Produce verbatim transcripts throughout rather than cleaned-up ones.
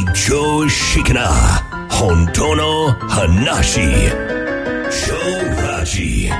常識な本当の話。超ラジ。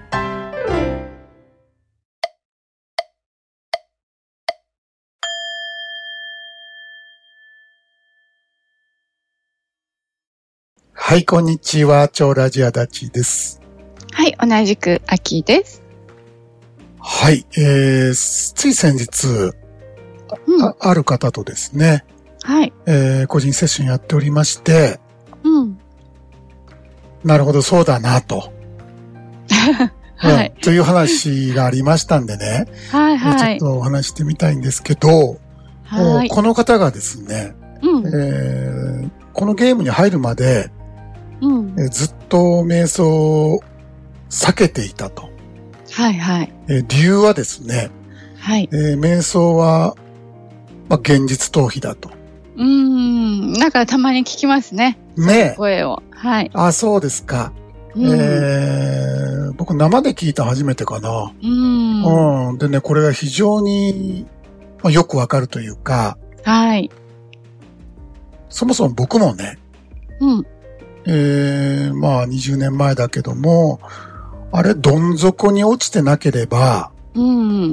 はい、こんにちは。超ラジアダチです。 はい、同じくアキです。 はい、えー、つい先日、うん、あ, ある方とですね、 はい、 えー、個人セッションやっておりまして、 うん、 なるほど、そうだなと、 はい、 うん、という話がありましたんでね、 はいはい、 ちょっとお話してみたいんですけど、 はい、 この方がですね、 うんえー、このゲームに入るまで、 うんえー、ずっと瞑想を避けていたと。 はいはい。 えー、理由はですね、 はい。 えー、瞑想は、まあ、現実逃避だと。 うーん、なんかたまに聞きますね。 ねえ。 声を。はい。 あ、そうですか。 うん、 えー、僕生で聞いた初めてかな。 うん。 うん。でね、これが非常に、まあ、よくわかるというか。 はい。 そもそも僕もね、 うん。 えー、まあにじゅうねんまえだけども、あれ、どん底に落ちてなければ、 うん。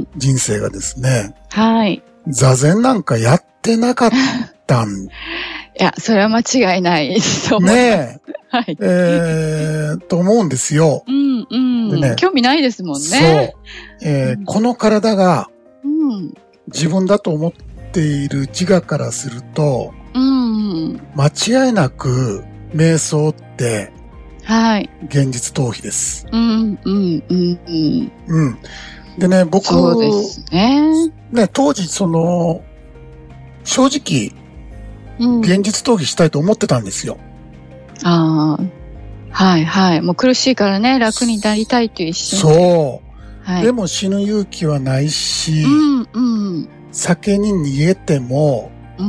人生がですね、 はい。 座禅なんかやってなかったん。 いや、それは間違いないと思います。 ねえ。 はい。 えー、と思うんですよ。 うんうん。 でね、 興味ないですもんね。 そう。えーうん、この体が、自分だと思っている自我からすると、 うん、 間違いなく瞑想って、 はい。 現実逃避です。 うん、うん、うん、うん。 うん。でね、僕、 そうですね。 ね、当時、その、正直、うん、現実逃避したいと思ってたんですよ。 ああ。はい、はい。もう苦しいからね、楽になりたいという一心。 そう。 はい、 でも死ぬ勇気はないし、 うん、うん。 酒に逃げても、 うん、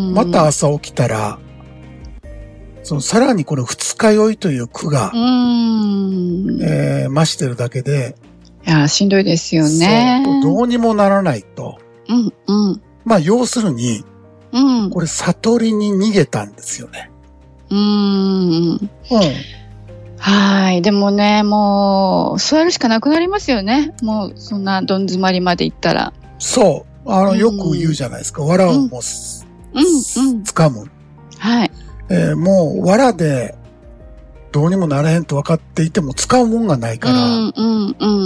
また朝起きたら、そのさらにこの二日酔いという苦が、 うんえー、増してるだけで、 いや、しんどいですよね。 そう、どうにもならないと。 うん、うん。 まあ、要するに、 うん、 これ悟りに逃げたんですよね。 うん。うん。はい。でもね、もう、座るしかなくなりますよね。もう、そんなどん詰まりまで行ったら。 そう。あの、よく言うじゃないですか。藁をもす、うん、うん、掴む。 はい。 えー、もう、藁で、どうにもなれへんと分かっていても使うもんがないから。うん、 うん、うん。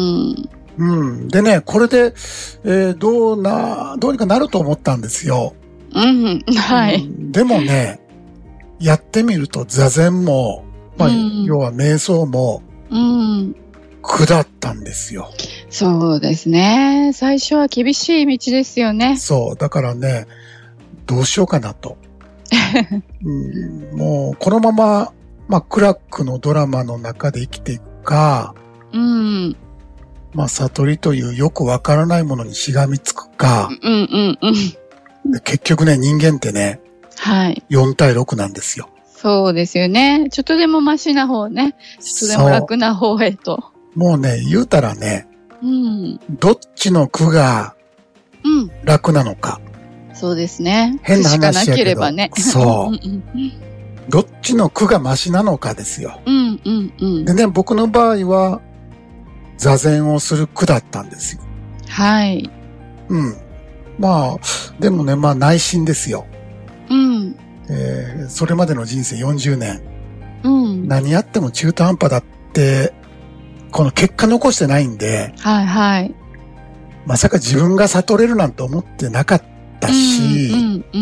うん。でね、これで、えー、どうな、どうにかなると思ったんですよ。 うん、はい、 うん。でもね、やってみると座禅も、まあ、うん、要は瞑想も、 うん。 苦だったんですよ。 そうですね。最初は厳しい道ですよね。 そう。だからね、どうしようかなと。うん、もう、このまま、まあ、クラックのドラマの中で生きていくか、 うん。 まあ、悟りというよくわからないものにしがみつくか、 うんうんうん。 で結局ね、人間ってね、 はい。 よん対ろくなんですよ。 そうですよね。ちょっとでもマシな方ね。ちょっとでも楽な方へと。 もうね、言うたらね、 うん、 どっちの苦が楽なのか。 うん、そうですね。 変な話やけど。 しかなければね。 そう。どっちの苦がマシなのかですよ。 うんうんうん、 でね、僕の場合は、座禅をする苦だったんですよ。 はい。 うん。まあ、でもね、まあ内心ですよ。 うん。 えー、それまでの人生よんじゅうねん。 うん。 何やっても中途半端だって、この結果残してないんで。 はいはい。 まさか自分が悟れるなんて思ってなかったし、 うんうんうん、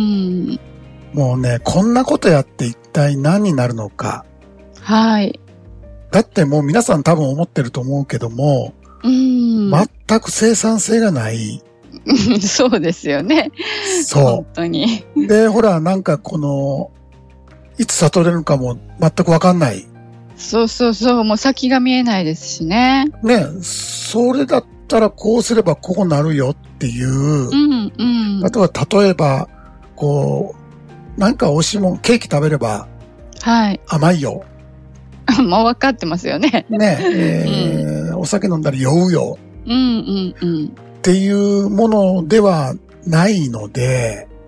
もうね、こんなことやって一体何になるのか。 はい。 だってもう皆さん多分思ってると思うけども、 うん、 全く生産性がない。 そうですよね。 そう。 本当に。 で、ほら、なんかこの、いつ悟れるかも全くわかんない。 そうそうそう、もう先が見えないですしね。 ね、それだったらこうすればこうなるよっていう。 うんうん。 あとは例えば、こう、なんか美味しいもん、ケーキ食べれば、 はい。 甘いよ。 もう分かってますよね。 ね、えーうん、お酒飲んだら酔うよ。 うんうんうん。 っていうものではないので、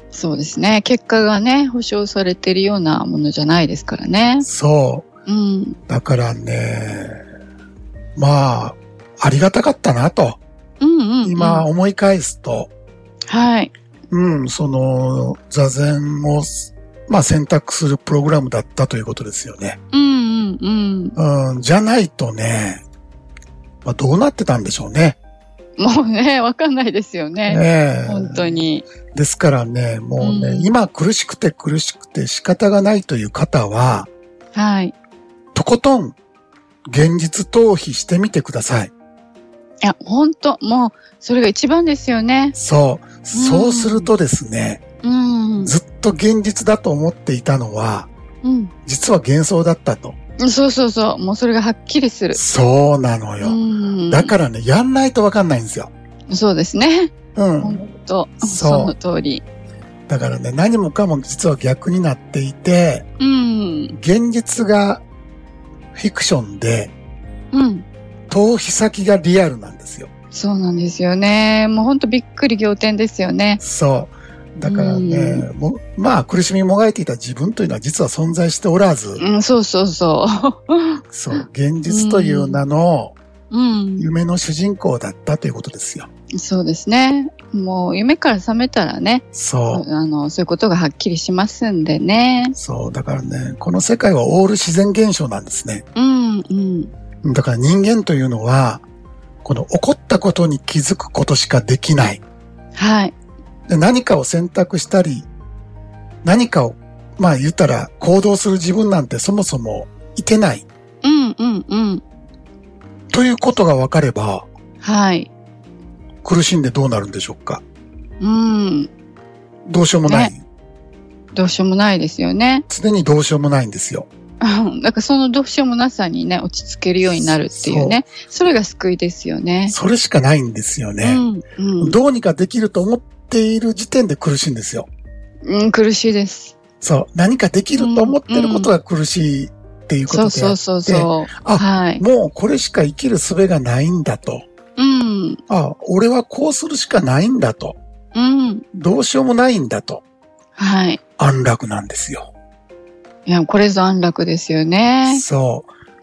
そうですね。結果がね、保証されてるようなものじゃないですからね。 そう。 うん。 だからね、まあ、ありがたかったなと。 うんうん、うん。 今思い返すと。 はい。 うん、その、座禅を、まあ選択するプログラムだったということですよね。 うんうんうん。 うん、じゃないとね、まあどうなってたんでしょうね。 もうね、わかんないですよね。 ねえ。 本当に。 ですからね、もうね、 うん、 今苦しくて苦しくて仕方がないという方は、 はい。 とことん現実逃避してみてください。いや、本当もう、それが一番ですよね。 そう。そうするとですね、 うん、 ずっと現実だと思っていたのは、 うん、 実は幻想だったと。 そうそうそう。もうそれがはっきりする。 そうなのよ。うん、だからね、やんないとわかんないんですよ。 そうですね。 うん。 本当。その通り。 だからね、何もかも実は逆になっていて、 うん、 現実がフィクションで、 うん、 逃避先がリアルなんですよ。 そうなんですよね。もう本当びっくり仰天ですよね。 そう。だからね、もまあ苦しみもがいていた自分というのは実は存在しておらず、 うん、そうそうそう。 そう、現実という名の夢の主人公だったということですよ。 うん、そうですね。もう夢から覚めたらね、 そう。 あの、そういうことがはっきりしますんでね。 そう、だからね、この世界はオール自然現象なんですね。 うん、うん。 だから人間というのは、この起こったことに気づくことしかできない。 はい。 で何かを選択したり、何かを、まあ言ったら行動する自分なんてそもそもいてない。 うんうんうん。 ということが分かれば、 はい。 苦しんでどうなるんでしょうか。 うん。 どうしようもない。 ね、どうしようもないですよね。 常にどうしようもないんですよ。 だからそのどうしようもなさにね、落ち着けるようになるっていうね。そ, それが救いですよね。 それしかないんですよね。うんうん、どうにかできると思っている時点で苦しいんですよ。 うん、苦しいです。 そう。何かできると思ってることが苦しいっていうことであって、うんうん、そうそうそうそう。あ、はい、もうこれしか生きる術がないんだと。 うん。 あ、俺はこうするしかないんだと。 うん。 どうしようもないんだと。 はい。 安楽なんですよ。 いや、これぞ安楽ですよね。 そう。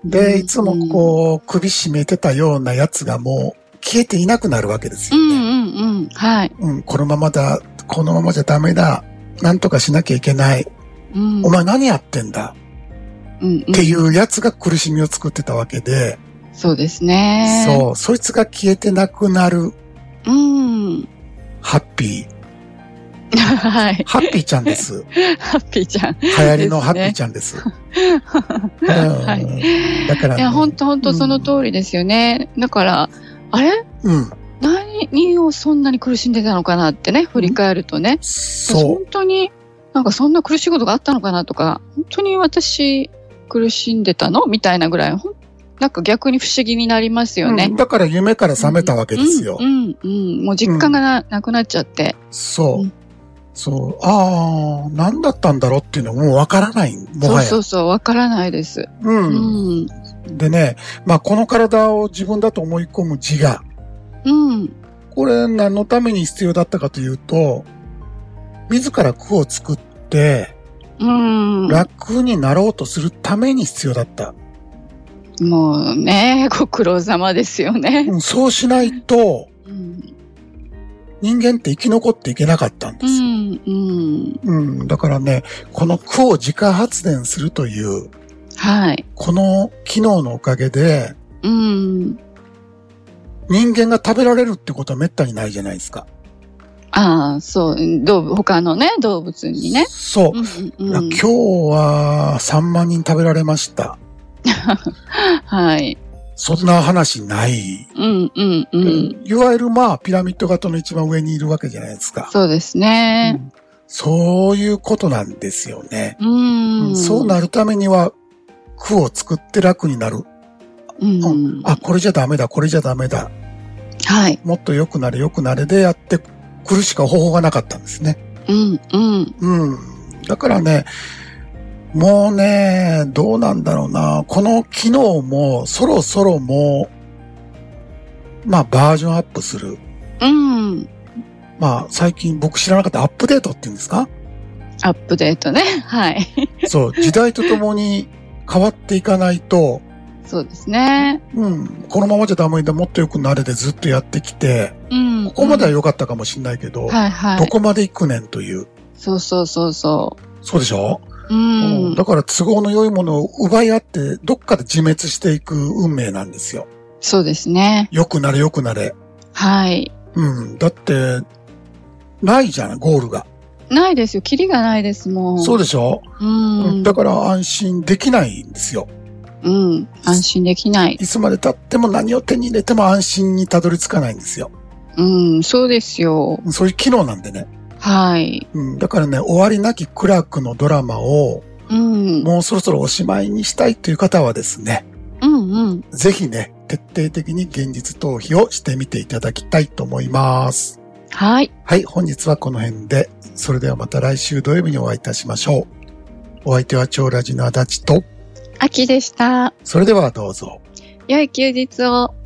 で、うん、いつもこう、首絞めてたようなやつがもう消えていなくなるわけですよね。 うんうんうん。はい。 うん、このままだ、このままじゃダメだ。なんとかしなきゃいけない。うん、お前何やってんだ、うんうん、っていうやつが苦しみを作ってたわけで。 そうですね。 そう。そいつが消えてなくなる。 うん。 ハッピー。 はい。 ハッピーちゃんです。 ハッピーちゃん。 流行りのハッピーちゃんです。 はい。だから、ね、いや、本当本当その通りですよね。うん、だから、あれうん。何をそんなに苦しんでたのかなってね、振り返るとね。うん、そう。本当に、なんかそんな苦しいことがあったのかなとか、本当に私苦しんでたのみたいなぐらい、なんか逆に不思議になりますよね。 うん、だから夢から覚めたわけですよ。 うん、うん、うん。もう実感が な,、うん、なくなっちゃって。 そう。うん、そう。ああ、何だったんだろうっていうのはもうわからない。もはや。 そうそうそう、わからないです。 うん。うん、でね、まあこの体を自分だと思い込む自我。 うん。 これ何のために必要だったかというと、自ら苦を作って、 うん、 楽になろうとするために必要だった。 もうね、ご苦労様ですよね。 うん、そうしないと、うん、人間って生き残っていけなかったんですよ。 うんうんうん、だからね、この苦を自家発電するという、 はい、 この機能のおかげで、 うん、 人間が食べられるってことはめったにないじゃないですか。 ああ、そう、他のね、動物にね。 そう。うんうん、今日はさんまんにん食べられました。 はい。 そんな話ない。 うんうんうん。 いわゆるまあ、ピラミッド型の一番上にいるわけじゃないですか。 そうですね。うん、 そういうことなんですよね。 うんうん、 そうなるためには、苦を作って楽になる。 うんうん、 あ、これじゃダメだ、これじゃダメだ。 はい。 もっと良くなれ、良くなれでやってくるしか方法がなかったんですね。 うんうん。 うん。だからね、もうね、どうなんだろうな。この機能もそろそろもう、まあバージョンアップする。 うん。 まあ、最近僕知らなかったアップデートって言うんですか？ アップデートね。はい。 そう、時代とともに変わっていかないと、 そうですね。 うん。このままじゃダメだ、もっと良くなれでずっとやってきて、うん。ここまでは良かったかもしれないけど、うん、はいはい。どこまで行くねんという。 そうそうそうそう。 そうでしょ？ うん。 だから都合の良いものを奪い合って、どっかで自滅していく運命なんですよ。 そうですね。 良くなれ良くなれ。 はい。 うん。だって、ないじゃん、ゴールが。 ないですよ。キリがないですもん。 そうでしょ？うん。だから安心できないんですよ。 うん。安心できない。 いつまで経っても何を手に入れても安心にたどり着かないんですよ。 うん、そうですよ。 そういう機能なんでね。 はい。 うん。だからね、終わりなき苦楽のドラマを、うん。もうそろそろおしまいにしたいという方はですね。 うんうん。 ぜひね、徹底的に現実逃避をしてみていただきたいと思います。 はい。 はい、本日はこの辺で、それではまた来週土曜日にお会いいたしましょう。お相手は超ラジの足立と、 秋でした。 それではどうぞ。 良い休日を。